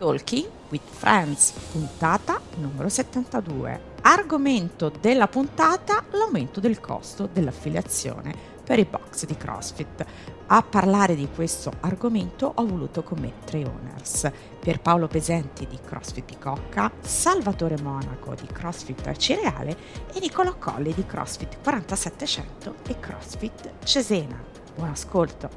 Talking with Friends, puntata numero 72. Argomento della puntata: l'aumento del costo dell'affiliazione per i box di CrossFit. A parlare di questo argomento ho voluto con me tre owners: Pierpaolo Pesenti di CrossFit Bicocca, Salvatore Monaco di CrossFit Cireale e Nicolò Colli di CrossFit 4700 e CrossFit Cesena. Buon ascolto.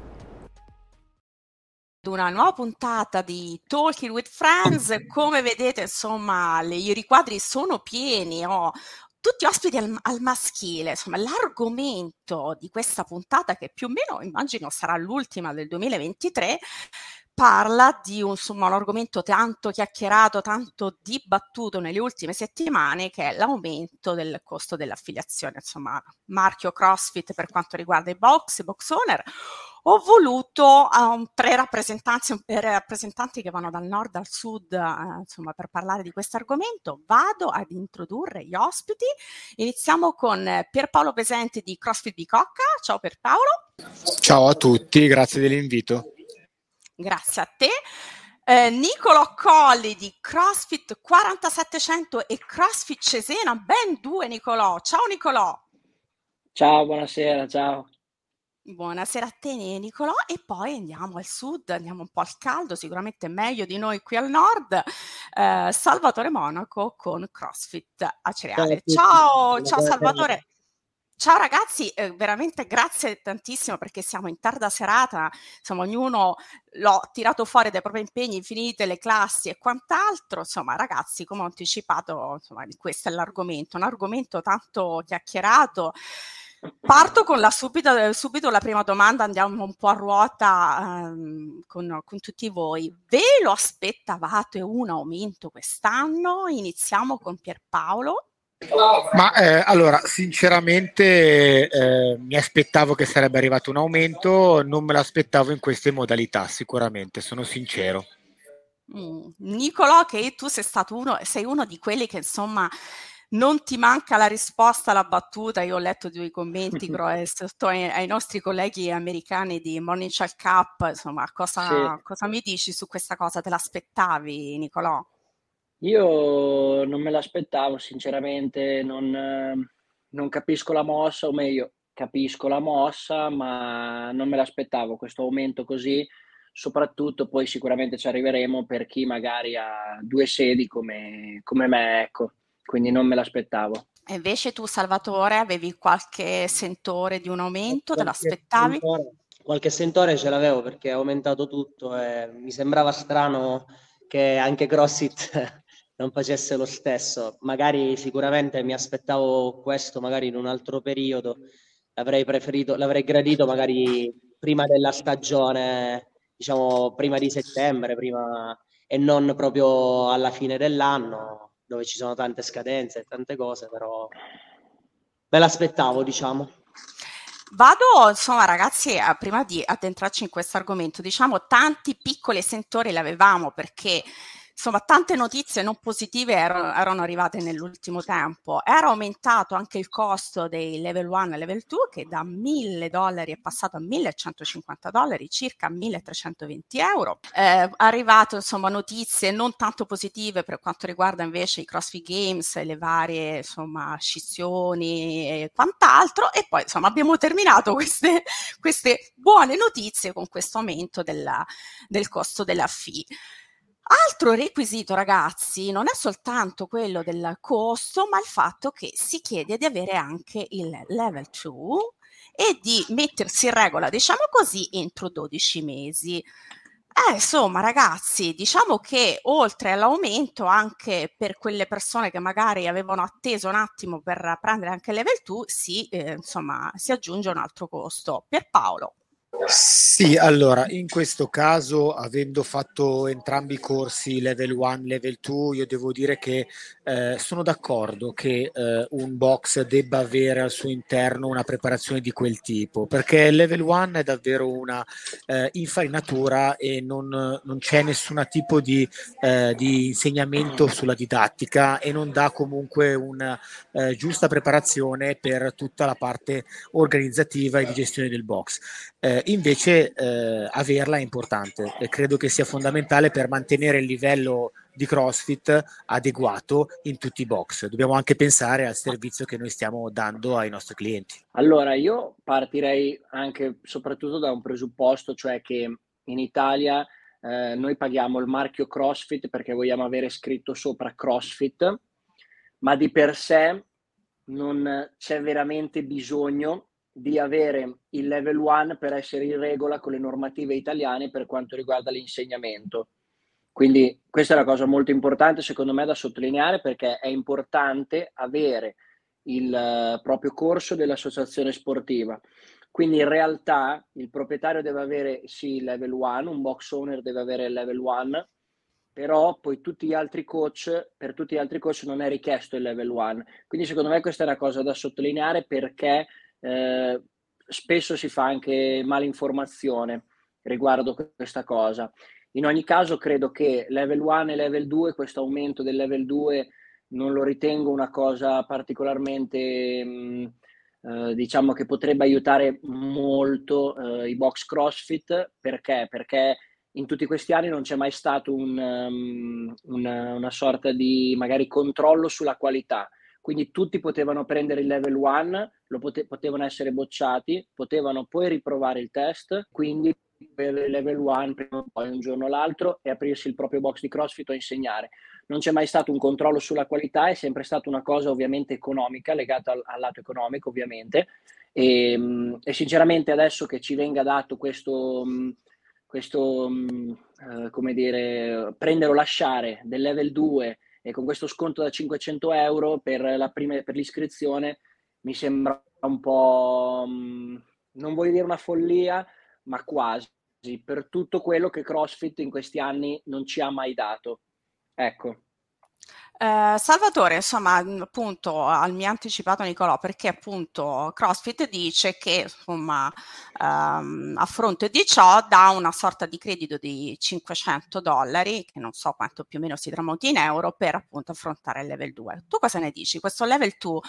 Una nuova puntata di Talking with Friends. Come vedete, insomma, i riquadri sono pieni, tutti ospiti al maschile. Insomma, l'argomento di questa puntata, che più o meno immagino sarà l'ultima del 2023, parla di un argomento tanto chiacchierato, tanto dibattuto nelle ultime settimane, che è l'aumento del costo dell'affiliazione. Insomma, marchio CrossFit per quanto riguarda i box owner. Ho voluto tre rappresentanti che vanno dal nord al sud, per parlare di questo argomento. Vado ad introdurre gli ospiti. Iniziamo con Pierpaolo Pesenti di CrossFit Bicocca. Ciao Pierpaolo. Ciao a tutti, grazie dell'invito. Grazie a te. Nicolò Colli di CrossFit 4700 e CrossFit Cesena, ben due Nicolò. Ciao Nicolò. Ciao, buonasera, ciao. Buonasera a te Nicolò, e poi andiamo al sud, andiamo un po' al caldo, sicuramente meglio di noi qui al nord. Salvatore Monaco con CrossFit a Cireale. Ciao Salvatore. Ciao ragazzi, veramente grazie tantissimo, perché siamo in tarda serata, insomma ognuno l'ho tirato fuori dai propri impegni, finite le classi e quant'altro. Insomma ragazzi, come ho anticipato, questo è l'argomento, un argomento tanto chiacchierato. Parto con subito la prima domanda, andiamo un po' a ruota con tutti voi. Ve lo aspettavate un aumento quest'anno? Iniziamo con Pierpaolo. Ma allora, sinceramente mi aspettavo che sarebbe arrivato un aumento, non me l'aspettavo in queste modalità, sicuramente, sono sincero. Nicolò, che tu sei uno di quelli che insomma non ti manca la risposta alla battuta. Io ho letto due commenti ai nostri colleghi americani di Morning Chat Cup. Insomma, cosa mi dici su questa cosa? Te l'aspettavi, Nicolò? Io non me l'aspettavo, sinceramente, non capisco la mossa, o meglio, capisco la mossa, ma non me l'aspettavo questo aumento così, soprattutto poi sicuramente ci arriveremo per chi magari ha due sedi come me, ecco, quindi non me l'aspettavo. E invece tu, Salvatore, avevi qualche sentore di un aumento? Te l'aspettavi? Qualche sentore ce l'avevo, perché è aumentato tutto e mi sembrava strano che anche CrossFit non facesse lo stesso. Magari sicuramente mi aspettavo questo magari in un altro periodo, l'avrei gradito magari prima della stagione, diciamo prima di settembre, e non proprio alla fine dell'anno, dove ci sono tante scadenze e tante cose, però me l'aspettavo, diciamo. Vado, insomma, ragazzi, prima di addentrarci in questo argomento, diciamo, tanti piccoli sentori li avevamo, perché insomma tante notizie non positive erano arrivate nell'ultimo tempo. Era aumentato anche il costo dei level 1 e level 2, che da $1.000 è passato a $1.150, circa €1.320. Arrivato insomma notizie non tanto positive per quanto riguarda invece i CrossFit Games e le varie insomma scissioni e quant'altro, e poi insomma abbiamo terminato queste buone notizie con questo aumento del costo della fee. Altro requisito, ragazzi, non è soltanto quello del costo, ma il fatto che si chiede di avere anche il level 2 e di mettersi in regola, diciamo così, entro 12 mesi. Insomma, ragazzi, diciamo che oltre all'aumento, anche per quelle persone che magari avevano atteso un attimo per prendere anche il level 2, si aggiunge un altro costo. Pierpaolo. Sì, allora, in questo caso, avendo fatto entrambi i corsi level 1, level 2, io devo dire che sono d'accordo che un box debba avere al suo interno una preparazione di quel tipo, perché il level 1 è davvero una infarinatura e non c'è nessun tipo di insegnamento sulla didattica, e non dà comunque una giusta preparazione per tutta la parte organizzativa e di gestione del box. invece averla è importante e credo che sia fondamentale per mantenere il livello di CrossFit adeguato in tutti i box. Dobbiamo anche pensare al servizio che noi stiamo dando ai nostri clienti. Allora, io partirei anche soprattutto da un presupposto, cioè che in Italia noi paghiamo il marchio CrossFit perché vogliamo avere scritto sopra CrossFit, ma di per sé non c'è veramente bisogno di avere il level 1 per essere in regola con le normative italiane per quanto riguarda l'insegnamento. Quindi questa è una cosa molto importante secondo me da sottolineare, perché è importante avere il proprio corso dell'associazione sportiva. Quindi in realtà il proprietario deve avere sì il level 1, un box owner deve avere il level 1, però poi per tutti gli altri coach non è richiesto il level 1. Quindi secondo me questa è una cosa da sottolineare, perché spesso si fa anche malinformazione riguardo questa cosa. In ogni caso credo che level 1 e level 2, questo aumento del level 2 non lo ritengo una cosa particolarmente diciamo che potrebbe aiutare molto i box CrossFit. Perché? Perché in tutti questi anni non c'è mai stato una sorta di magari controllo sulla qualità. Quindi tutti potevano prendere il level 1, potevano essere bocciati, potevano poi riprovare il test, quindi per il level 1 prima o poi un giorno o l'altro e aprirsi il proprio box di CrossFit o insegnare. Non c'è mai stato un controllo sulla qualità, è sempre stata una cosa ovviamente economica, legata al lato economico ovviamente, e sinceramente adesso che ci venga dato questo come dire, prendere o lasciare del level 2 e con questo sconto da 500 euro per l'iscrizione, mi sembra un po', non voglio dire una follia, ma quasi, per tutto quello che CrossFit in questi anni non ci ha mai dato. Ecco. Salvatore, insomma, appunto, mi ha anticipato Nicolò, perché appunto CrossFit dice che, insomma, a fronte di ciò dà una sorta di credito di $500, che non so quanto più o meno si tramuti in euro, per appunto affrontare il level 2. Tu cosa ne dici? Questo level 2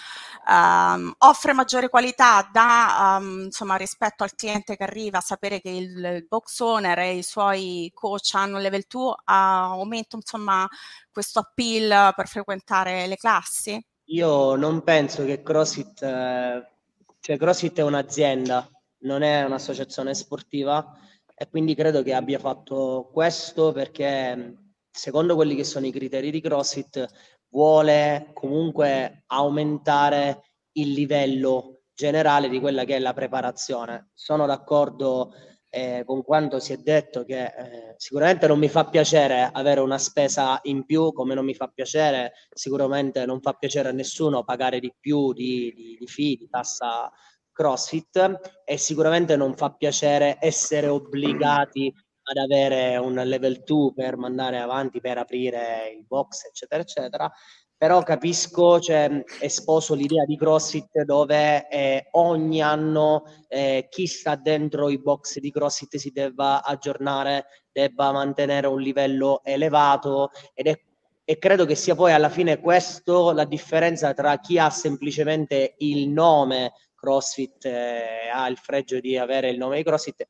offre maggiore qualità, insomma, rispetto al cliente che arriva a sapere che il box owner e i suoi coach hanno il level 2, aumenta insomma questo appeal per frequentare le classi? Io non penso che CrossFit, cioè CrossFit è un'azienda, non è un'associazione sportiva, e quindi credo che abbia fatto questo perché secondo quelli che sono i criteri di CrossFit vuole comunque aumentare il livello generale di quella che è la preparazione. Sono d'accordo con quanto si è detto, che sicuramente non mi fa piacere avere una spesa in più, come non mi fa piacere, sicuramente non fa piacere a nessuno pagare di più di fee, di tassa CrossFit, e sicuramente non fa piacere essere obbligati ad avere un level 2 per mandare avanti, per aprire il box, eccetera, eccetera. Però capisco, cioè, e sposo l'idea di CrossFit dove ogni anno chi sta dentro i box di CrossFit si debba aggiornare, debba mantenere un livello elevato, e credo che sia poi alla fine questo la differenza tra chi ha semplicemente il nome CrossFit, ha il fregio di avere il nome di CrossFit,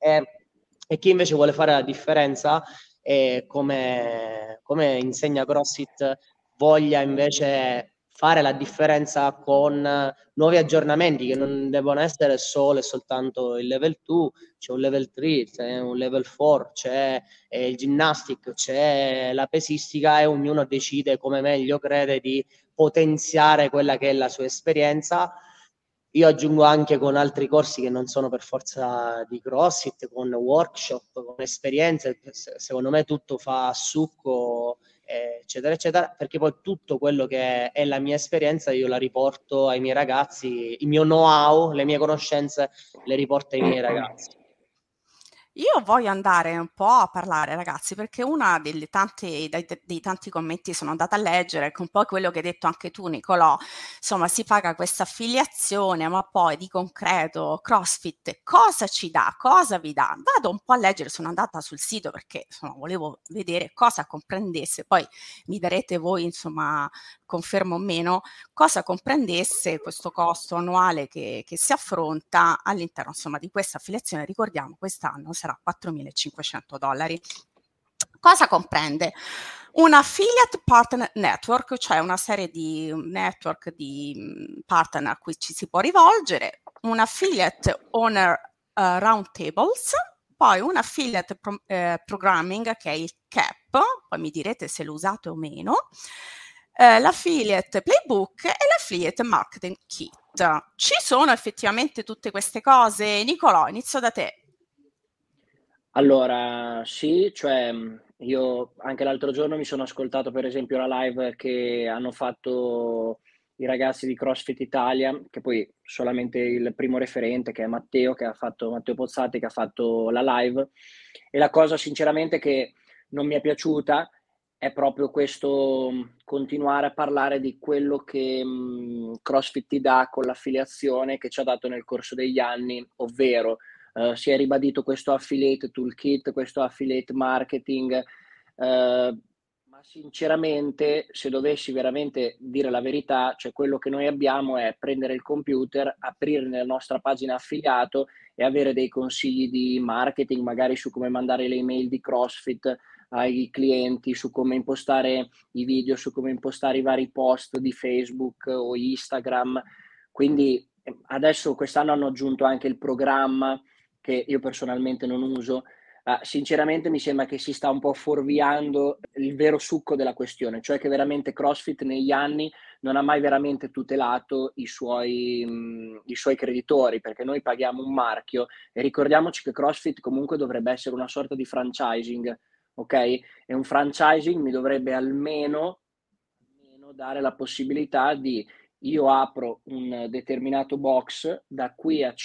e chi invece vuole fare la differenza, come insegna CrossFit, voglia invece fare la differenza con nuovi aggiornamenti che non devono essere solo e soltanto il level 2, c'è un level 3, c'è un level 4, c'è il ginnastic, c'è la pesistica, e ognuno decide come meglio crede di potenziare quella che è la sua esperienza. Io aggiungo anche con altri corsi che non sono per forza di CrossFit, con workshop, con esperienze, secondo me tutto fa succo, eccetera, eccetera, perché poi tutto quello che è la mia esperienza io la riporto ai miei ragazzi, il mio know-how, le mie conoscenze le riporto ai miei ragazzi. Io voglio andare un po' a parlare, ragazzi, perché una dei tanti commenti sono andata a leggere, che un po' quello che hai detto anche tu, Nicolò, insomma, si paga questa affiliazione, ma poi di concreto CrossFit cosa ci dà, cosa vi dà? Vado un po' a leggere, sono andata sul sito perché insomma, volevo vedere cosa comprendesse, poi mi darete voi, insomma, confermo o meno, cosa comprendesse questo costo annuale che si affronta all'interno, insomma, di questa affiliazione. Ricordiamo, quest'anno sarà $4.500. Cosa comprende? Un affiliate partner network, cioè una serie di network di partner a cui ci si può rivolgere, un affiliate owner roundtables, poi un affiliate programming, che è il CAP, poi mi direte se lo usate o meno, l'affiliate playbook e l'affiliate marketing kit. Ci sono effettivamente tutte queste cose? Nicolò, inizio da te. Allora, sì, cioè io anche l'altro giorno mi sono ascoltato per esempio la live che hanno fatto i ragazzi di CrossFit Italia, che poi solamente il primo referente, che è Matteo Pozzati, che ha fatto la live, e la cosa sinceramente che non mi è piaciuta è proprio questo continuare a parlare di quello che CrossFit ti dà con l'affiliazione che ci ha dato nel corso degli anni, ovvero si è ribadito questo affiliate toolkit, questo affiliate marketing, ma sinceramente, se dovessi veramente dire la verità, cioè quello che noi abbiamo è prendere il computer, aprire la nostra pagina affiliato e avere dei consigli di marketing, magari su come mandare le email di CrossFit ai clienti, su come impostare i video, su come impostare i vari post di Facebook o Instagram. Quindi adesso quest'anno hanno aggiunto anche il programma che io personalmente non uso. Sinceramente mi sembra che si sta un po' fuorviando il vero succo della questione, cioè che veramente CrossFit negli anni non ha mai veramente tutelato i suoi creditori, perché noi paghiamo un marchio e ricordiamoci che CrossFit comunque dovrebbe essere una sorta di franchising, ok? E un franchising mi dovrebbe almeno dare la possibilità di io apro un determinato box, da qui a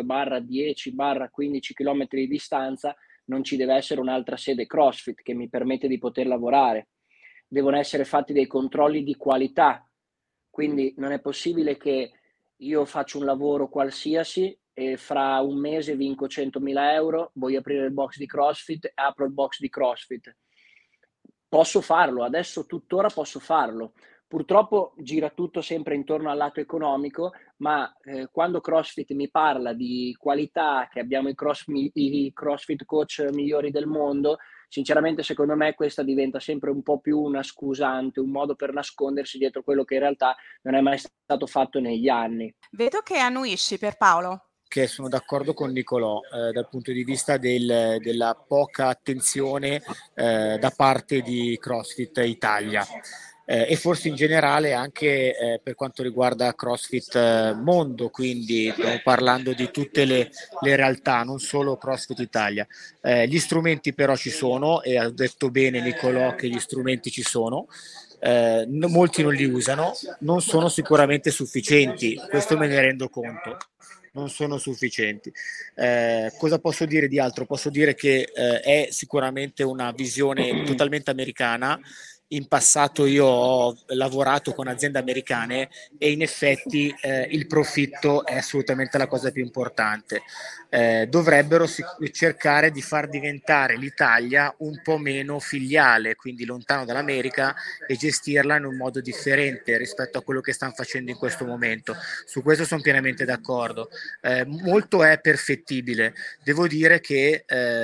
5-10-15 km di distanza non ci deve essere un'altra sede CrossFit che mi permette di poter lavorare. Devono essere fatti dei controlli di qualità, quindi non è possibile che io faccio un lavoro qualsiasi e fra un mese vinco 100.000 euro, voglio aprire il box di CrossFit, apro il box di CrossFit. Posso farlo, adesso tuttora posso farlo. Purtroppo gira tutto sempre intorno al lato economico, ma quando CrossFit mi parla di qualità, che abbiamo i CrossFit coach migliori del mondo, sinceramente secondo me questa diventa sempre un po' più una scusante, un modo per nascondersi dietro quello che in realtà non è mai stato fatto negli anni. Vedo che annuisci, per Paolo. Che sono d'accordo con Nicolò dal punto di vista della poca attenzione da parte di CrossFit Italia. E forse in generale anche per quanto riguarda CrossFit Mondo, quindi stiamo parlando di tutte le realtà, non solo CrossFit Italia. Gli strumenti però ci sono, e ha detto bene Nicolò che gli strumenti ci sono. Molti non li usano, non sono sicuramente sufficienti, questo me ne rendo conto, non sono sufficienti. Cosa posso dire di altro? Posso dire che è sicuramente una visione totalmente americana. In passato io ho lavorato con aziende americane e in effetti il profitto è assolutamente la cosa più importante. Dovrebbero cercare di far diventare l'Italia un po' meno filiale, quindi lontano dall'America, e gestirla in un modo differente rispetto a quello che stanno facendo in questo momento. Su questo sono pienamente d'accordo. Molto è perfettibile. Devo dire che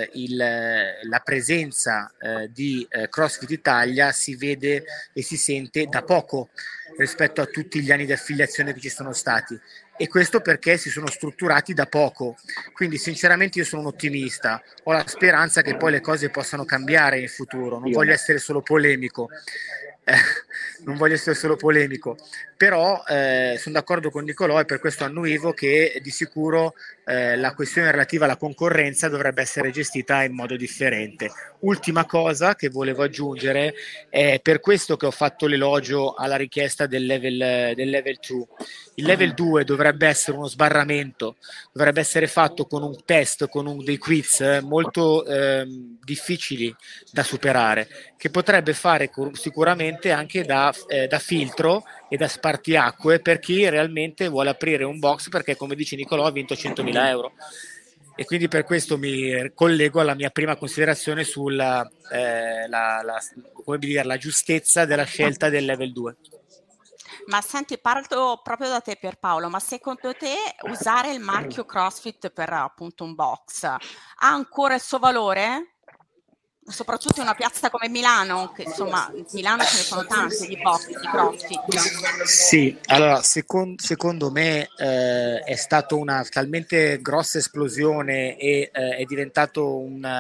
la presenza di CrossFit Italia si vede e si sente da poco rispetto a tutti gli anni di affiliazione che ci sono stati, e questo perché si sono strutturati da poco. Quindi sinceramente io sono un ottimista, ho la speranza che poi le cose possano cambiare in futuro, non voglio essere solo polemico, non voglio essere solo polemico, però sono d'accordo con Nicolò e per questo annuivo che di sicuro la questione relativa alla concorrenza dovrebbe essere gestita in modo differente. Ultima cosa che volevo aggiungere è per questo che ho fatto l'elogio alla richiesta del level 2. Il level 2 dovrebbe essere uno sbarramento, dovrebbe essere fatto con un test, con dei quiz molto difficili da superare, che potrebbe fare sicuramente anche da filtro e da spartiacque per chi realmente vuole aprire un box, perché come dice Nicolò ha vinto 100.000 euro. E quindi per questo mi collego alla mia prima considerazione sulla come dire, la giustezza della scelta del level 2. Ma senti, parlo proprio da te Pierpaolo, ma secondo te usare il marchio CrossFit per appunto un box ha ancora il suo valore? Soprattutto in una piazza come Milano, che insomma Milano ce ne sono tanti di box di CrossFit. Sì, allora secondo me è stata una talmente grossa esplosione e è diventato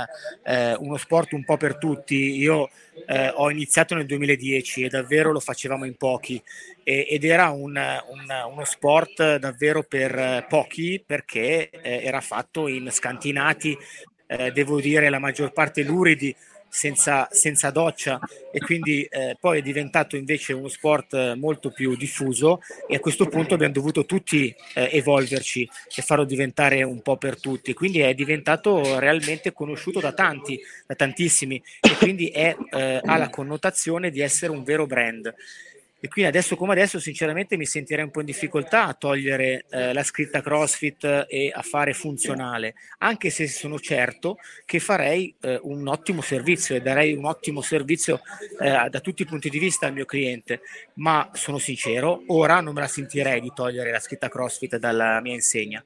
uno sport un po' per tutti. Io ho iniziato nel 2010 e davvero lo facevamo in pochi ed era uno sport davvero per pochi, perché era fatto in scantinati, devo dire la maggior parte luridi, senza doccia, e quindi poi è diventato invece uno sport molto più diffuso e a questo punto abbiamo dovuto tutti evolverci e farlo diventare un po' per tutti, quindi è diventato realmente conosciuto da tantissimi, e quindi ha la connotazione di essere un vero brand. E quindi adesso come adesso sinceramente mi sentirei un po' in difficoltà a togliere la scritta CrossFit e a fare funzionale, anche se sono certo che farei un ottimo servizio e darei un ottimo servizio da tutti i punti di vista al mio cliente, ma sono sincero, ora non me la sentirei di togliere la scritta CrossFit dalla mia insegna.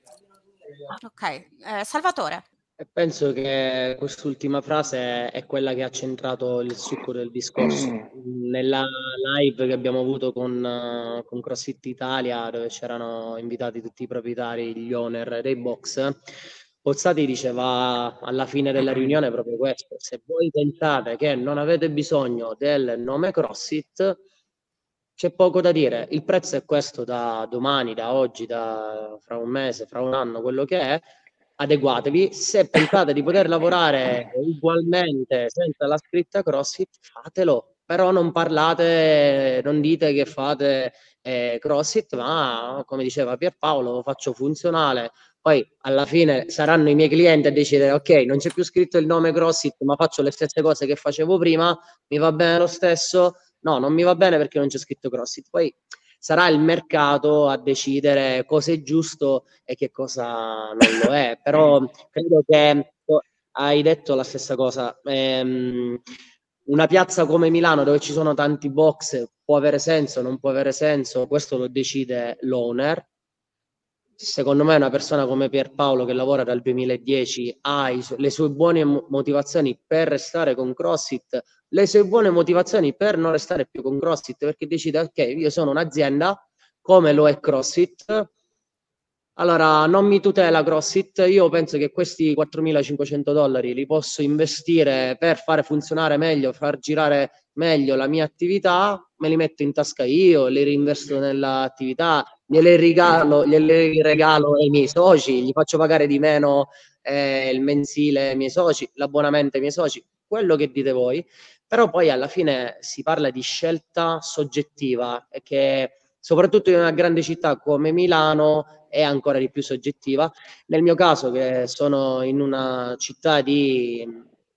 Ok, Salvatore. E penso che quest'ultima frase è quella che ha centrato il succo del discorso. Nella live che abbiamo avuto con CrossFit Italia, dove c'erano invitati tutti i proprietari, gli owner dei box, Pozzati diceva alla fine della riunione proprio questo: se voi pensate che non avete bisogno del nome CrossFit, c'è poco da dire, il prezzo è questo da domani, da oggi, fra un mese, fra un anno, quello che è. Adeguatevi. Se pensate di poter lavorare ugualmente senza la scritta CrossFit, fatelo, però non parlate, non dite che fate CrossFit, ma come diceva Pierpaolo, lo faccio funzionale. Poi alla fine saranno i miei clienti a decidere: ok, non c'è più scritto il nome CrossFit, ma faccio le stesse cose che facevo prima, mi va bene lo stesso? No, non mi va bene perché non c'è scritto CrossFit. Poi sarà il mercato a decidere cosa è giusto e che cosa non lo è, però credo che hai detto la stessa cosa. Una piazza come Milano, dove ci sono tanti box, può avere senso, non può avere senso, questo lo decide l'owner. Secondo me una persona come Pierpaolo, che lavora dal 2010, ha le sue buone motivazioni per restare con CrossFit, le sue buone motivazioni per non restare più con CrossFit, perché decide: ok, io sono un'azienda come lo è CrossFit, allora non mi tutela CrossFit, io penso che questi $4.500 li posso investire per fare funzionare meglio, far girare meglio la mia attività, me li metto in tasca io, li reinvesto nell'attività, gliele regalo ai miei soci, gli faccio pagare di meno il mensile ai miei soci, l'abbonamento ai miei soci, quello che dite voi. Però poi alla fine si parla di scelta soggettiva, e che soprattutto in una grande città come Milano è ancora di più soggettiva. Nel mio caso, che sono in una città di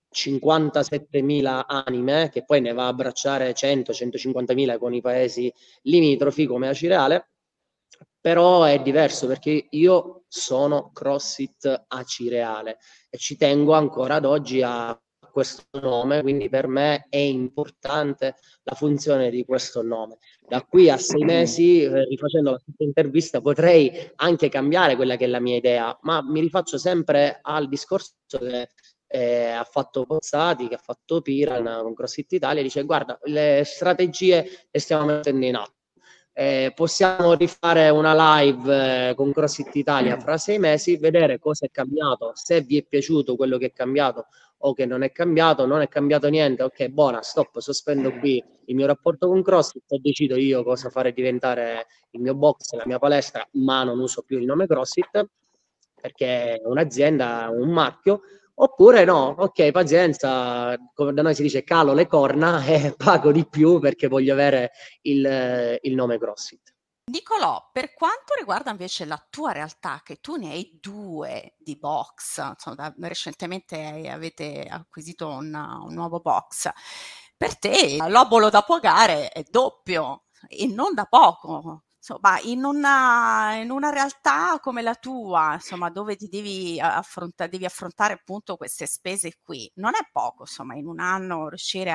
57.000 anime, che poi ne va a abbracciare 100-150.000 con i paesi limitrofi come Acireale, però è diverso perché io sono CrossFit Acireale e ci tengo ancora ad oggi a questo nome, quindi per me è importante la funzione di questo nome. Da qui a 6 mesi, rifacendo la stessa intervista, potrei anche cambiare quella che è la mia idea, ma mi rifaccio sempre al discorso che ha fatto Pozzati, che ha fatto Piran con CrossFit Italia, dice: guarda, le strategie le stiamo mettendo in atto. possiamo rifare una live con CrossFit Italia fra 6 mesi, vedere cosa è cambiato, se vi è piaciuto quello che è cambiato o che non è cambiato niente, ok, buona, stop, sospendo qui il mio rapporto con CrossFit e decido io cosa fare diventare il mio box, la mia palestra, ma non uso più il nome CrossFit perché è un'azienda, un marchio. Oppure no, ok, pazienza, come da noi si dice calo le corna e pago di più perché voglio avere il nome CrossFit. Nicolò, per quanto riguarda invece la tua realtà, che tu ne hai 2 di box, insomma, recentemente avete acquisito un nuovo box, per te l'obolo da pagare è doppio e non da poco. Insomma, in una realtà come la tua, insomma, dove ti devi affrontare appunto queste spese qui, non è poco, insomma, in un anno riuscire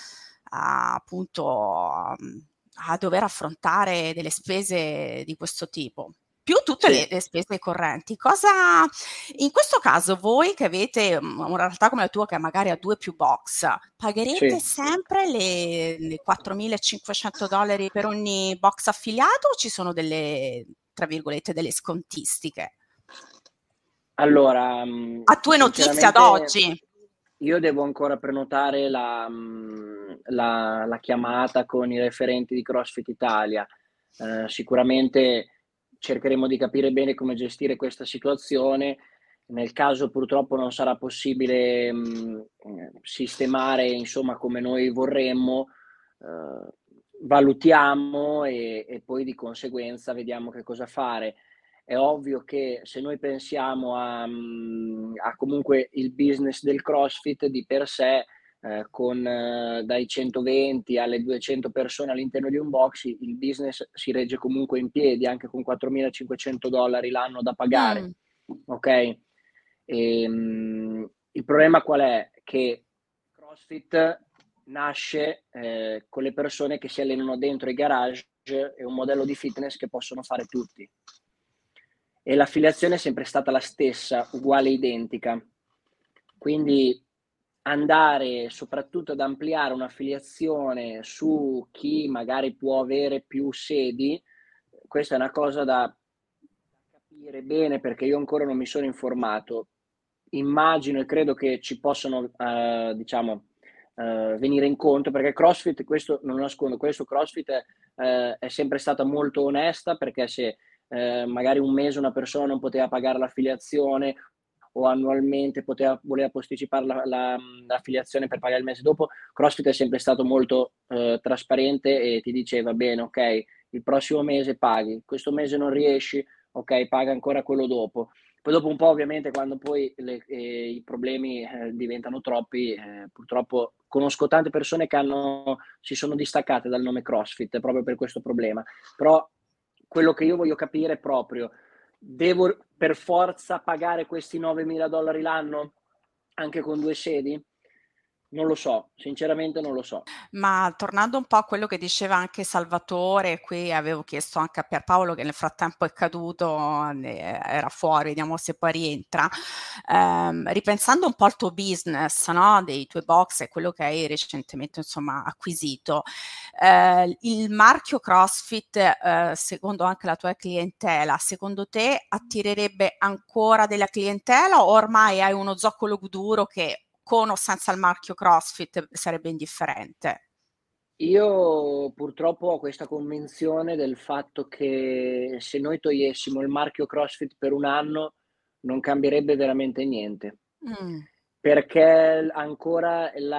appunto a dover affrontare delle spese di questo tipo, più tutte Sì. le spese correnti. In questo caso voi che avete una realtà come la tua che magari ha 2 più box, pagherete Sì. sempre le $4.500 per ogni box affiliato o ci sono delle, tra virgolette, delle scontistiche? Allora, A tue notizie ad sinceramente oggi? io devo ancora prenotare la chiamata con i referenti di CrossFit Italia. Sicuramente cercheremo di capire bene come gestire questa situazione. Nel caso purtroppo non sarà possibile sistemare, insomma, come noi vorremmo, valutiamo e poi di conseguenza vediamo che cosa fare. È ovvio che se noi pensiamo a comunque il business del CrossFit di per sé, con dai 120 alle 200 persone all'interno di un box, il business si regge comunque in piedi anche con $4.500 l'anno da pagare, ok? Il problema qual è? Che CrossFit nasce con le persone che si allenano dentro i garage, è un modello di fitness che possono fare tutti. E l'affiliazione è sempre stata la stessa, uguale, identica. Quindi andare soprattutto ad ampliare un'affiliazione su chi magari può avere più sedi, questa è una cosa da capire bene perché io ancora non mi sono informato. Immagino e credo che ci possano, venire incontro perché CrossFit, questo non lo nascondo, questo CrossFit è sempre stata molto onesta perché se magari un mese una persona non poteva pagare l'affiliazione o annualmente voleva posticipare l'affiliazione per pagare il mese dopo, CrossFit è sempre stato molto trasparente e ti diceva bene, ok, il prossimo mese paghi, questo mese non riesci, ok, paga ancora quello dopo. Poi dopo un po' ovviamente quando poi i problemi diventano troppi, purtroppo conosco tante persone che si sono distaccate dal nome CrossFit proprio per questo problema, però quello che io voglio capire è proprio, devo per forza pagare questi $9.000 l'anno anche con 2 sedi? Non lo so, sinceramente non lo so. Ma tornando un po' a quello che diceva anche Salvatore, qui avevo chiesto anche a Pierpaolo che nel frattempo è caduto, era fuori, vediamo se poi rientra. Ripensando un po' al tuo business, no? Dei tuoi box e quello che hai recentemente insomma acquisito, il marchio CrossFit, secondo anche la tua clientela, secondo te attirerebbe ancora della clientela o ormai hai uno zoccolo duro che con o senza il marchio CrossFit sarebbe indifferente? Io purtroppo ho questa convinzione del fatto che se noi togliessimo il marchio CrossFit per un anno non cambierebbe veramente niente, perché ancora è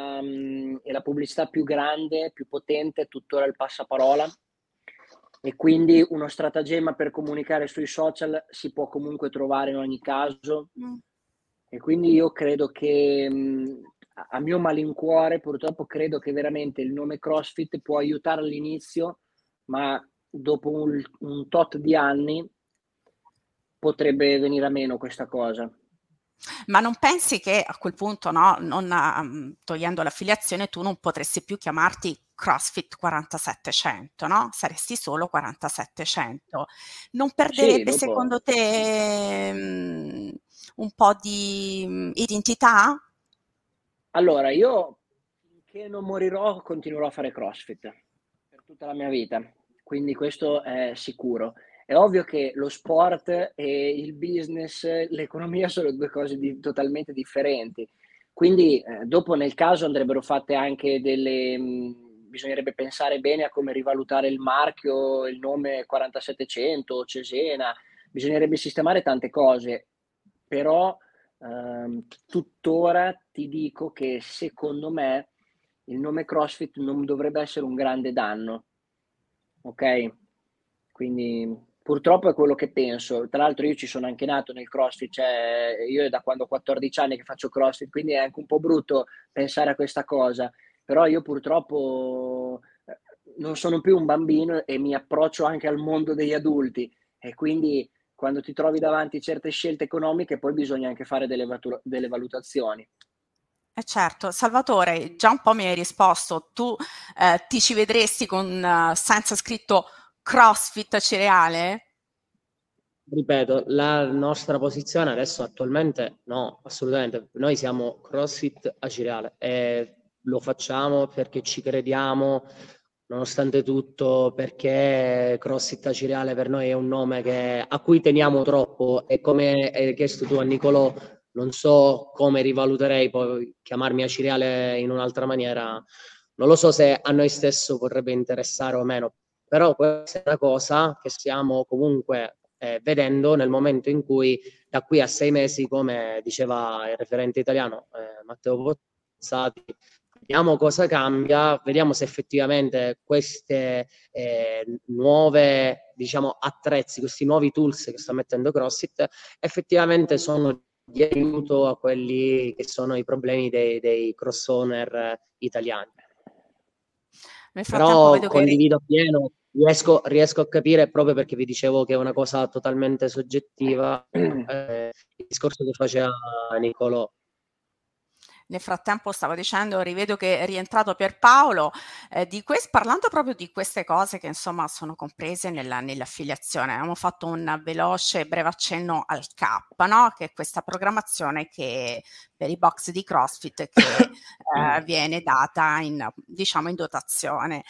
la pubblicità più grande, più potente, tuttora il passaparola e quindi uno stratagemma per comunicare sui social si può comunque trovare in ogni caso. E quindi io credo che, a mio malincuore, purtroppo credo che veramente il nome CrossFit può aiutare all'inizio, ma dopo un tot di anni potrebbe venire a meno questa cosa. Ma non pensi che a quel punto, no, togliendo l'affiliazione, tu non potresti più chiamarti CrossFit 4700, no? Saresti solo 4700. Non Sì, perderebbe dopo. secondo te un po' di identità? Allora, io finché non morirò continuerò a fare CrossFit per tutta la mia vita. quindi questo è sicuro. È ovvio che lo sport e il business, l'economia sono due cose totalmente differenti. Quindi dopo nel caso andrebbero fatte anche bisognerebbe pensare bene a come rivalutare il marchio, il nome 4700, Cesena, bisognerebbe sistemare tante cose, però tuttora ti dico che secondo me il nome CrossFit non dovrebbe essere un grande danno, ok? Quindi purtroppo è quello che penso. Tra l'altro io ci sono anche nato nel CrossFit, cioè io è da quando ho 14 anni che faccio CrossFit, quindi è anche un po' brutto pensare a questa cosa, però io purtroppo non sono più un bambino e mi approccio anche al mondo degli adulti e quindi quando ti trovi davanti certe scelte economiche poi bisogna anche fare delle valutazioni. Certo, Salvatore, già un po' mi hai risposto, tu ti ci vedresti con senza scritto CrossFit cereale? Ripeto, la nostra posizione adesso attualmente no, assolutamente. Noi siamo CrossFit Acireale e lo facciamo perché ci crediamo, nonostante tutto, perché CrossFit Acireale per noi è un nome a cui teniamo troppo e come hai chiesto tu a Nicolò, non so come rivaluterei poi chiamarmi Acireale in un'altra maniera, non lo so se a noi stesso potrebbe interessare o meno, però questa è una cosa che stiamo comunque vedendo nel momento in cui da qui a 6 mesi, come diceva il referente italiano Matteo Pozzati, vediamo cosa cambia, vediamo se effettivamente queste nuove, diciamo, attrezzi, questi nuovi tools che sta mettendo CrossFit, effettivamente sono di aiuto a quelli che sono i problemi dei cross owner italiani. Nel frattempo Però vedo che condivido appieno, riesco a capire proprio perché vi dicevo che è una cosa totalmente soggettiva il discorso che faceva Nicolò. nel frattempo stavo dicendo, rivedo che è rientrato Pierpaolo, parlando proprio di queste cose che insomma sono comprese nell'affiliazione. Abbiamo fatto un veloce breve accenno al CAP, no? Che è questa programmazione che per i box di CrossFit che viene data diciamo in dotazione.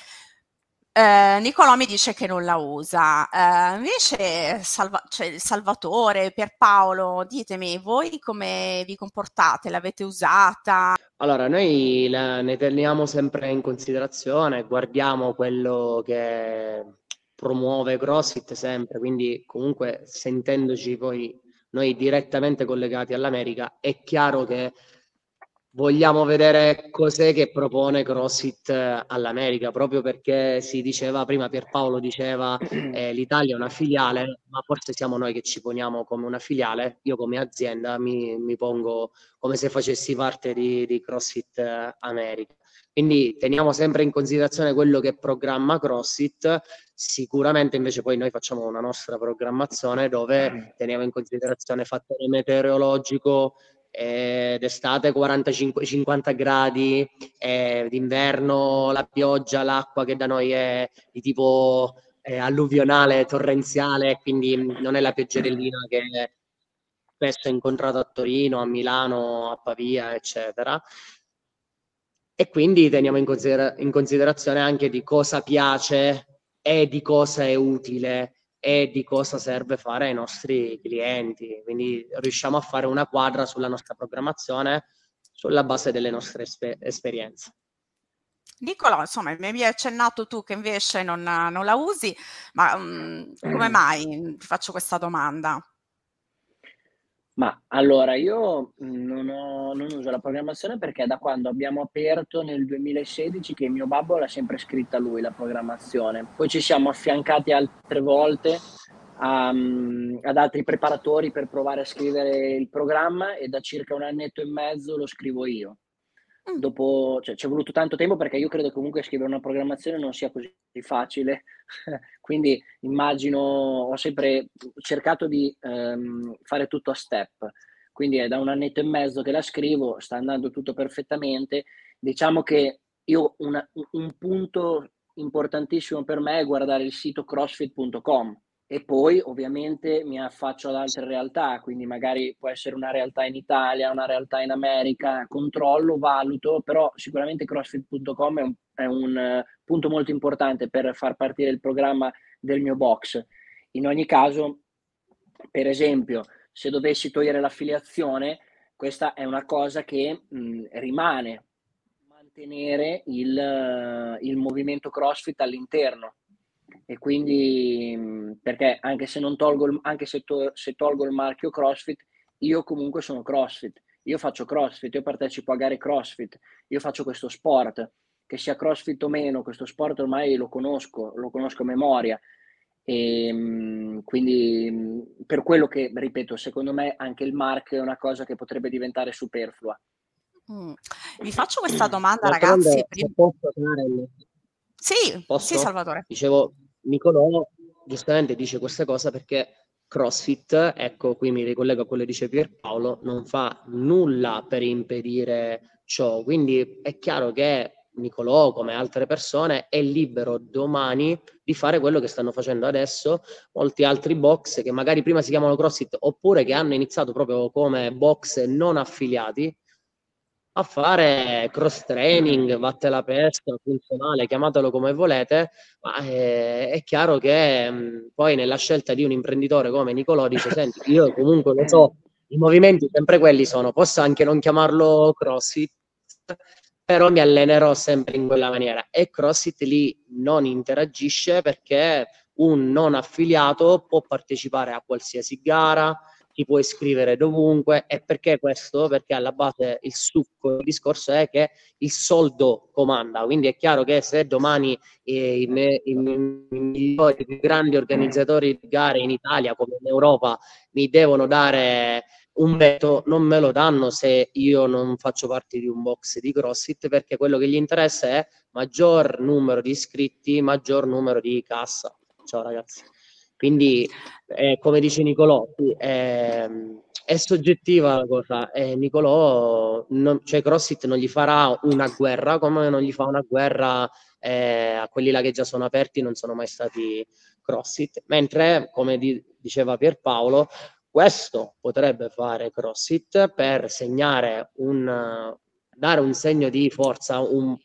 Nicolò mi dice che non la usa, invece Salvatore, Pierpaolo, ditemi, voi come vi comportate? L'avete usata? Allora, noi ne teniamo sempre in considerazione, guardiamo quello che promuove CrossFit sempre, quindi comunque sentendoci poi noi direttamente collegati all'America, è chiaro che vogliamo vedere cos'è che propone CrossFit all'America, proprio perché si diceva prima, Pierpaolo diceva l'Italia è una filiale, ma forse siamo noi che ci poniamo come una filiale. Io come azienda mi pongo come se facessi parte di CrossFit America. Quindi teniamo sempre in considerazione quello che programma CrossFit, sicuramente invece poi noi facciamo una nostra programmazione dove teniamo in considerazione fattore meteorologico, d'estate 45-50 gradi, d'inverno la pioggia, l'acqua che da noi è di tipo alluvionale, torrenziale, quindi non è la pioggerellina che spesso ho incontrato a Torino, a Milano, a Pavia, eccetera. E quindi teniamo in considerazione anche di cosa piace e di cosa è utile e di cosa serve fare ai nostri clienti. Quindi riusciamo a fare una quadra sulla nostra programmazione sulla base delle nostre esperienze. Nicolò, insomma, mi hai accennato tu che invece non la usi, ma come mai ti faccio questa domanda? Ma allora io non uso la programmazione perché da quando abbiamo aperto nel 2016 che mio babbo l'ha sempre scritta lui la programmazione. Poi ci siamo affiancati altre volte ad altri preparatori per provare a scrivere il programma e da circa 1 annetto e mezzo lo scrivo io. Dopo, cioè, ci è voluto tanto tempo perché io credo che comunque scrivere una programmazione non sia così facile, quindi immagino, ho sempre cercato di fare tutto a step, quindi è da 1 annetto e mezzo che la scrivo, sta andando tutto perfettamente. Diciamo che io un punto importantissimo per me è guardare il sito crossfit.com e poi ovviamente mi affaccio ad altre realtà, quindi magari può essere una realtà in Italia, una realtà in America, controllo, valuto, però sicuramente crossfit.com è un punto molto importante per far partire il programma del mio box. In ogni caso, per esempio, se dovessi togliere l'affiliazione, questa è una cosa che rimane, mantenere il movimento CrossFit all'interno. E quindi, perché anche se non tolgo anche se tolgo il marchio CrossFit, io comunque sono CrossFit, io faccio CrossFit, io partecipo a gare CrossFit, io faccio questo sport, che sia CrossFit o meno, questo sport ormai lo conosco a memoria. E quindi per quello che, ripeto, secondo me anche il marchio è una cosa che potrebbe diventare superflua. Vi faccio questa domanda, D'altronde, ragazzi. se posso, Karen, Sì, posso? Salvatore. Dicevo, Nicolò giustamente dice questa cosa perché CrossFit, ecco, qui mi ricollego a quello che dice Pierpaolo, non fa nulla per impedire ciò. Quindi è chiaro che Nicolò, come altre persone, è libero domani di fare quello che stanno facendo adesso molti altri box che magari prima si chiamano CrossFit oppure che hanno iniziato proprio come box non affiliati a fare cross training, vatte la pesca, funzionale, chiamatelo come volete, ma è chiaro che poi nella scelta di un imprenditore come Nicolò dice, senti, io comunque lo so, i movimenti sempre quelli sono, posso anche non chiamarlo CrossFit, però mi allenerò sempre in quella maniera. E CrossFit lì non interagisce perché un non affiliato può partecipare a qualsiasi gara, ti puoi iscrivere dovunque. E perché questo? Perché alla base il succo del discorso è che il soldo comanda, quindi è chiaro che se domani i migliori, i più grandi organizzatori di gare in Italia come in Europa mi devono dare un veto, non me lo danno se io non faccio parte di un box di CrossFit, perché quello che gli interessa è maggior numero di iscritti, maggior numero di cassa. Ciao ragazzi. Quindi come dice Nicolò, è soggettiva la cosa. Nicolò, cioè CrossFit non gli farà una guerra come non gli fa una guerra a quelli là che già sono aperti, non sono mai stati CrossFit. Mentre, come diceva Pierpaolo, questo potrebbe fare CrossFit per segnare dare un segno di forza,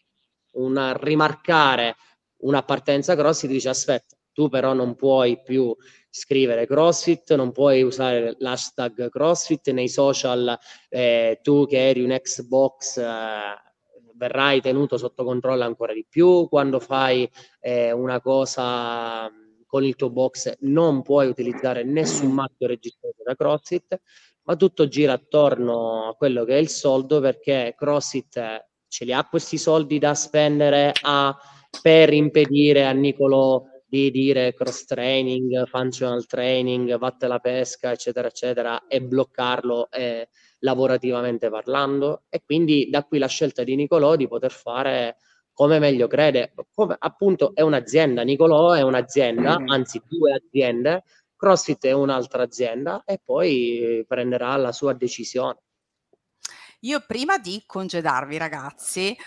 rimarcare un'appartenenza CrossFit. Dice aspetta, tu però non puoi più scrivere CrossFit, non puoi usare l'hashtag CrossFit nei social, tu che eri un ex box verrai tenuto sotto controllo ancora di più, quando fai una cosa con il tuo box non puoi utilizzare nessun marchio registrato da CrossFit, ma tutto gira attorno a quello che è il soldo, perché CrossFit ce li ha questi soldi da spendere per impedire a Nicolò di dire cross training, functional training, vatte la pesca, eccetera, eccetera, e bloccarlo lavorativamente parlando. E quindi da qui la scelta di Nicolò di poter fare come meglio crede. Come, appunto, è un'azienda, Nicolò è un'azienda, anzi 2 aziende, CrossFit è un'altra azienda e poi prenderà la sua decisione. Io prima di congedarvi ragazzi,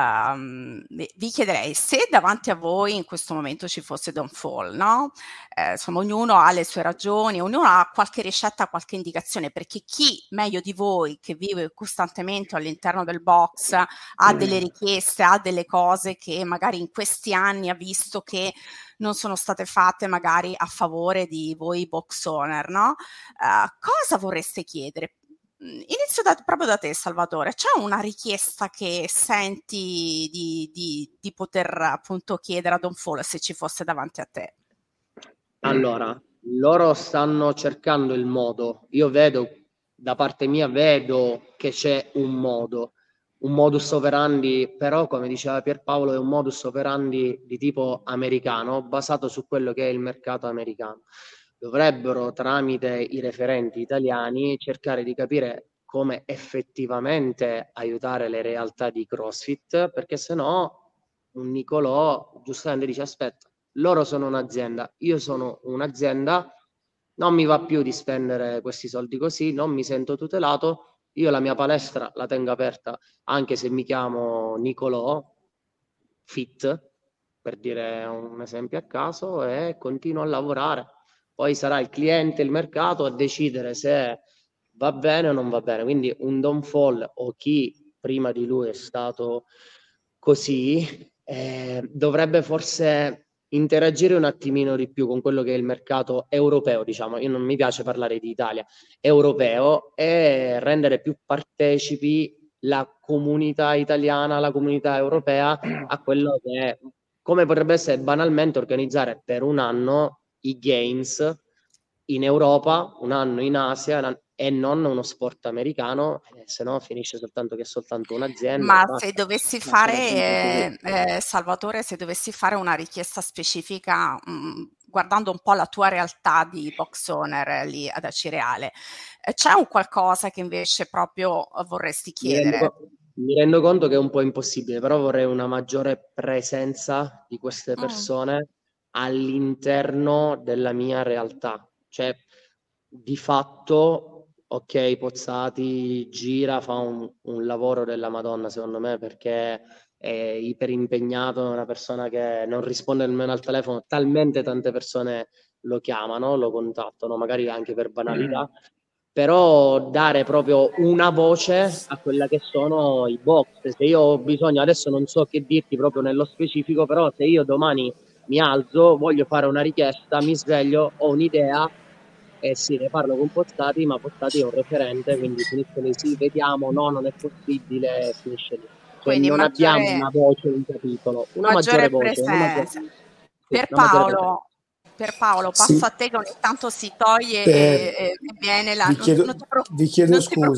vi chiederei se davanti a voi in questo momento ci fosse Don't Fall, no? Insomma, ognuno ha le sue ragioni, ognuno ha qualche ricetta, qualche indicazione, perché chi meglio di voi che vive costantemente all'interno del box ha delle richieste, ha delle cose che magari in questi anni ha visto che non sono state fatte magari a favore di voi box owner, no? Cosa vorreste chiedere? Inizio proprio da te, Salvatore. C'è una richiesta che senti di poter appunto chiedere a Don Fall se ci fosse davanti a te? Allora, loro stanno cercando il modo. Io vedo, da parte mia, vedo che c'è un modus operandi, però come diceva Pierpaolo è un modus operandi di tipo americano, basato su quello che è il mercato americano. Dovrebbero, tramite i referenti italiani, cercare di capire come effettivamente aiutare le realtà di CrossFit, perché se no un Nicolò giustamente dice aspetta, loro sono un'azienda, io sono un'azienda, non mi va più di spendere questi soldi così, non mi sento tutelato, io la mia palestra la tengo aperta anche se mi chiamo Nicolò Fit, per dire un esempio a caso, e continuo a lavorare. Poi sarà il cliente, il mercato a decidere se va bene o non va bene. Quindi un Don Fall o chi prima di lui è stato così dovrebbe forse interagire un attimino di più con quello che è il mercato europeo, diciamo. Io non mi piace parlare di Italia, europeo, e rendere più partecipi la comunità italiana, la comunità europea a quello che è, come potrebbe essere banalmente organizzare per un anno i Games in Europa, un anno in Asia e non uno sport americano, se no finisce soltanto che è soltanto un'azienda. Ma se dovessi fare, Salvatore, se dovessi fare una richiesta specifica, guardando un po' la tua realtà di box owner lì ad Acireale, c'è un qualcosa che invece proprio vorresti chiedere? Mi rendo conto che è un po' impossibile, però vorrei una maggiore presenza di queste Mm. persone all'interno della mia realtà. Cioè, di fatto, ok, Pozzati gira, fa un lavoro della Madonna, secondo me, perché è iper impegnato, è una persona che non risponde nemmeno al telefono, talmente tante persone lo chiamano, lo contattano, magari anche per banalità. Però dare proprio una voce a quella che sono i box. Se io ho bisogno, adesso non so che dirti proprio nello specifico, però se io domani mi alzo, voglio fare una richiesta, mi sveglio, ho un'idea e sì, ne parlo con Pozzati, ma Pozzati è un referente, quindi finisce lì, sì, vediamo, no, non è possibile, finisce lì. Cioè Quindi non abbiamo una voce, un capitolo, una maggiore maggiore voce, presenza. sì, Per una maggiore presenza. Paolo, Sì. passo a te che ogni tanto si toglie e viene là. Vi chiedo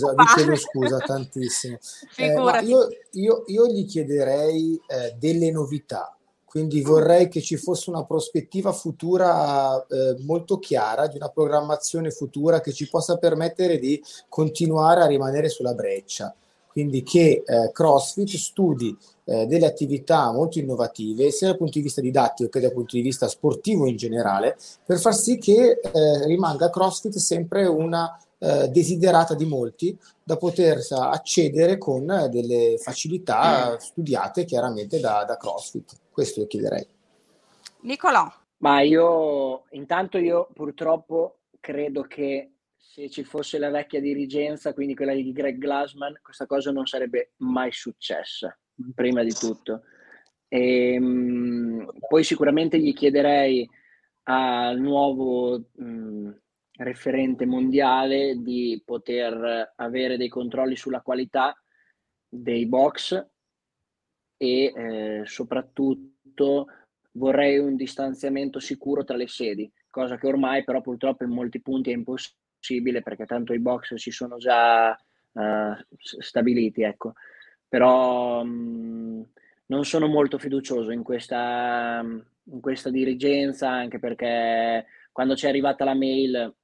scusa tantissimo. Ma io gli chiederei delle novità, quindi vorrei che ci fosse una prospettiva futura molto chiara, di una programmazione futura che ci possa permettere di continuare a rimanere sulla breccia. Quindi che CrossFit studi delle attività molto innovative sia dal punto di vista didattico che dal punto di vista sportivo in generale, per far sì che rimanga CrossFit sempre una desiderata di molti, da poter accedere con delle facilità studiate chiaramente da CrossFit. Questo io chiederei. Nicolò. Ma intanto io purtroppo credo che se ci fosse la vecchia dirigenza, quindi quella di Greg Glassman, questa cosa non sarebbe mai successa, prima di tutto. Poi sicuramente gli chiederei al nuovo referente mondiale di poter avere dei controlli sulla qualità dei box e soprattutto vorrei un distanziamento sicuro tra le sedi, cosa che ormai però purtroppo in molti punti è impossibile perché tanto i box si sono già stabiliti, ecco. Però non sono molto fiducioso in questa dirigenza, anche perché quando ci è arrivata la mail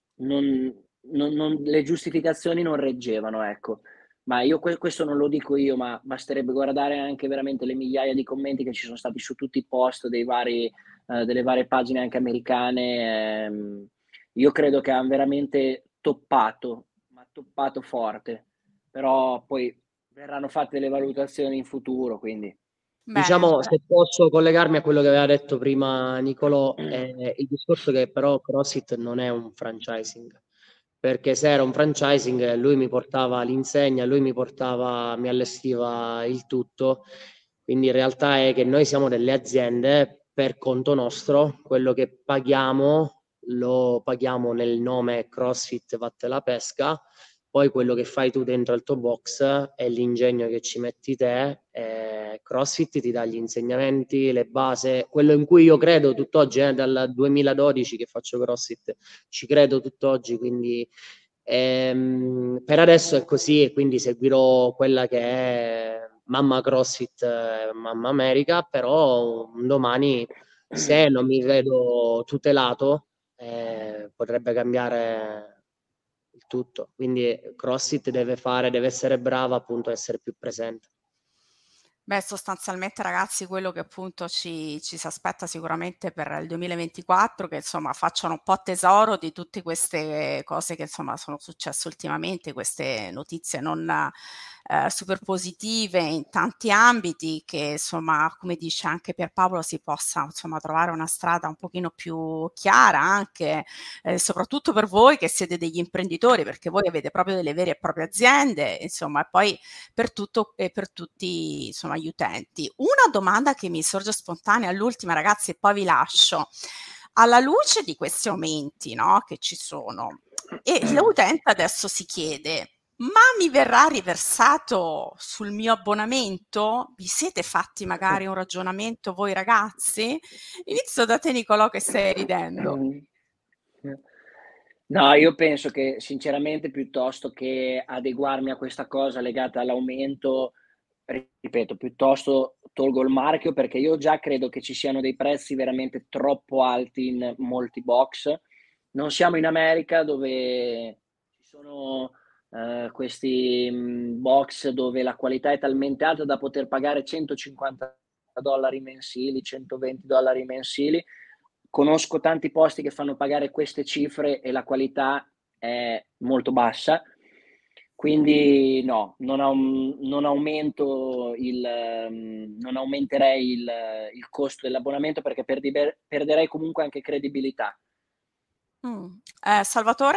le giustificazioni non reggevano, ecco. Ma questo non lo dico io, ma basterebbe guardare anche veramente le migliaia di commenti che ci sono stati su tutti i post delle varie pagine anche americane. Io credo che hanno veramente toppato, ma toppato forte. Però poi verranno fatte le valutazioni in futuro, quindi. Diciamo, se posso collegarmi a quello che aveva detto prima Nicolò, il discorso che però CrossFit non è un franchising, perché se era un franchising lui mi portava l'insegna, lui mi allestiva il tutto, quindi in realtà è che noi siamo delle aziende per conto nostro, quello che paghiamo lo paghiamo nel nome CrossFit Vatte la Pesca. Poi quello che fai tu dentro il tuo box è l'ingegno che ci metti te. CrossFit ti dà gli insegnamenti, le basi, quello in cui io credo tutt'oggi, dal 2012 che faccio CrossFit, ci credo tutt'oggi, quindi per adesso è così e quindi seguirò quella che è Mamma CrossFit, Mamma America, però un domani se non mi vedo tutelato potrebbe cambiare il tutto, quindi CrossFit deve essere brava appunto a essere più presente. Beh, sostanzialmente ragazzi, quello che appunto ci si aspetta sicuramente per il 2024, che insomma facciano un po' tesoro di tutte queste cose che insomma sono successe ultimamente, queste notizie non super positive in tanti ambiti, che insomma, come dice anche Pierpaolo, si possa insomma trovare una strada un pochino più chiara anche, soprattutto per voi che siete degli imprenditori, perché voi avete proprio delle vere e proprie aziende, insomma, e poi per tutto e per tutti insomma insomma, gli utenti. Una domanda che mi sorge spontanea all'ultima, ragazzi, e poi vi lascio. Alla luce di questi aumenti, no, che ci sono, e l'utente adesso si chiede: ma mi verrà riversato sul mio abbonamento? Vi siete fatti magari un ragionamento voi ragazzi? Inizio da te, Nicolò, che stai ridendo. No, io penso che sinceramente, piuttosto che adeguarmi a questa cosa legata all'aumento, ripeto, piuttosto tolgo il marchio, perché io già credo che ci siano dei prezzi veramente troppo alti in molti box. Non siamo in America, dove ci sono questi box dove la qualità è talmente alta da poter pagare $150 mensili, $120 mensili. Conosco tanti posti che fanno pagare queste cifre e la qualità è molto bassa, quindi no, non aumenterei il costo dell'abbonamento, perché perderei comunque anche credibilità. Salvatore?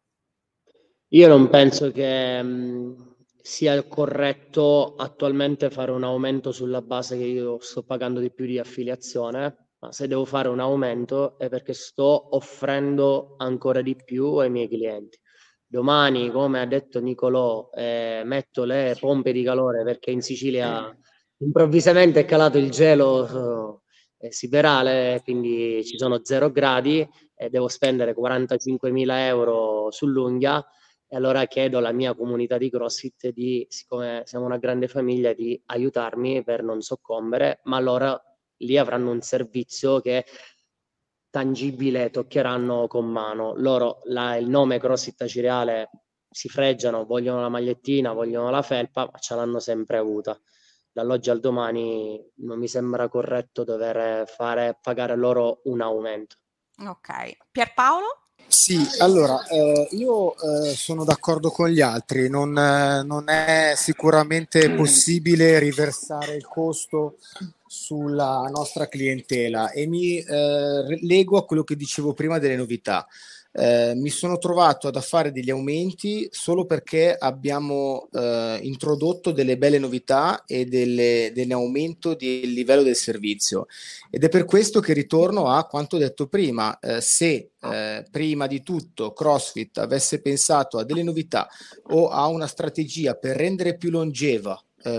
Io non penso che sia corretto attualmente fare un aumento sulla base che io sto pagando di più di affiliazione, ma se devo fare un aumento è perché sto offrendo ancora di più ai miei clienti. Domani, come ha detto Nicolò, metto le pompe di calore perché in Sicilia improvvisamente è calato il gelo siderale, quindi ci sono 0 gradi e devo spendere 45.000 euro sull'unghia. E allora chiedo alla mia comunità di CrossFit di, siccome siamo una grande famiglia, di aiutarmi per non soccombere, ma allora lì avranno un servizio che tangibile, toccheranno con mano. Loro il nome CrossFit Acireale si freggiano, vogliono la magliettina, vogliono la felpa, ma ce l'hanno sempre avuta. Dall'oggi al domani non mi sembra corretto dover pagare loro un aumento. Ok. Pierpaolo? Sì, allora io sono d'accordo con gli altri, non è sicuramente possibile riversare il costo sulla nostra clientela e mi lego a quello che dicevo prima delle novità. Mi sono trovato a fare degli aumenti solo perché abbiamo introdotto delle belle novità e dell'aumento del livello del servizio, ed è per questo che ritorno a quanto detto prima. Se prima di tutto CrossFit avesse pensato a delle novità o a una strategia per rendere più longeva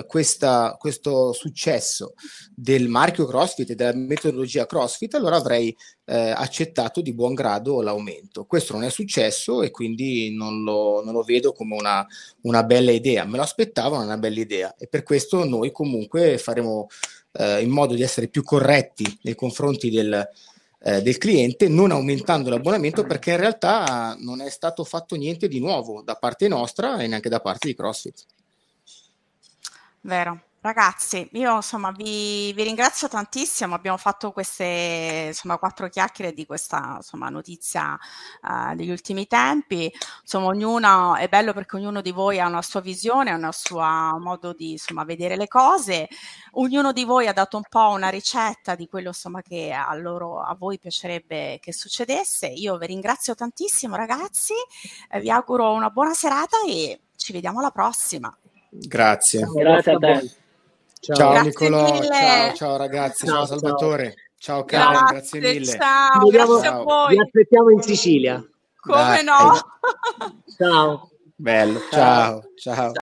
questo successo del marchio CrossFit e della metodologia CrossFit, allora avrei accettato di buon grado l'aumento. Questo non è successo e quindi non lo vedo come una bella idea. Me lo aspettavo, una bella idea, e per questo noi comunque faremo in modo di essere più corretti nei confronti del cliente, non aumentando l'abbonamento, perché in realtà non è stato fatto niente di nuovo da parte nostra e neanche da parte di CrossFit. Vero. Ragazzi, io insomma vi ringrazio tantissimo, abbiamo fatto queste insomma 4 chiacchiere di questa insomma notizia degli ultimi tempi. Insomma, ognuno è bello perché ognuno di voi ha una sua visione, ha un suo modo di insomma vedere le cose. Ognuno di voi ha dato un po' una ricetta di quello insomma che a voi piacerebbe che succedesse. Io vi ringrazio tantissimo, ragazzi, vi auguro una buona serata e ci vediamo alla prossima. Grazie. Grazie a te. Ciao Nicolò, ciao ragazzi, ciao Salvatore, ciao Karen, grazie mille. Ciao, grazie a voi. Vi aspettiamo in Sicilia. Come no? Ciao. Bello, ciao.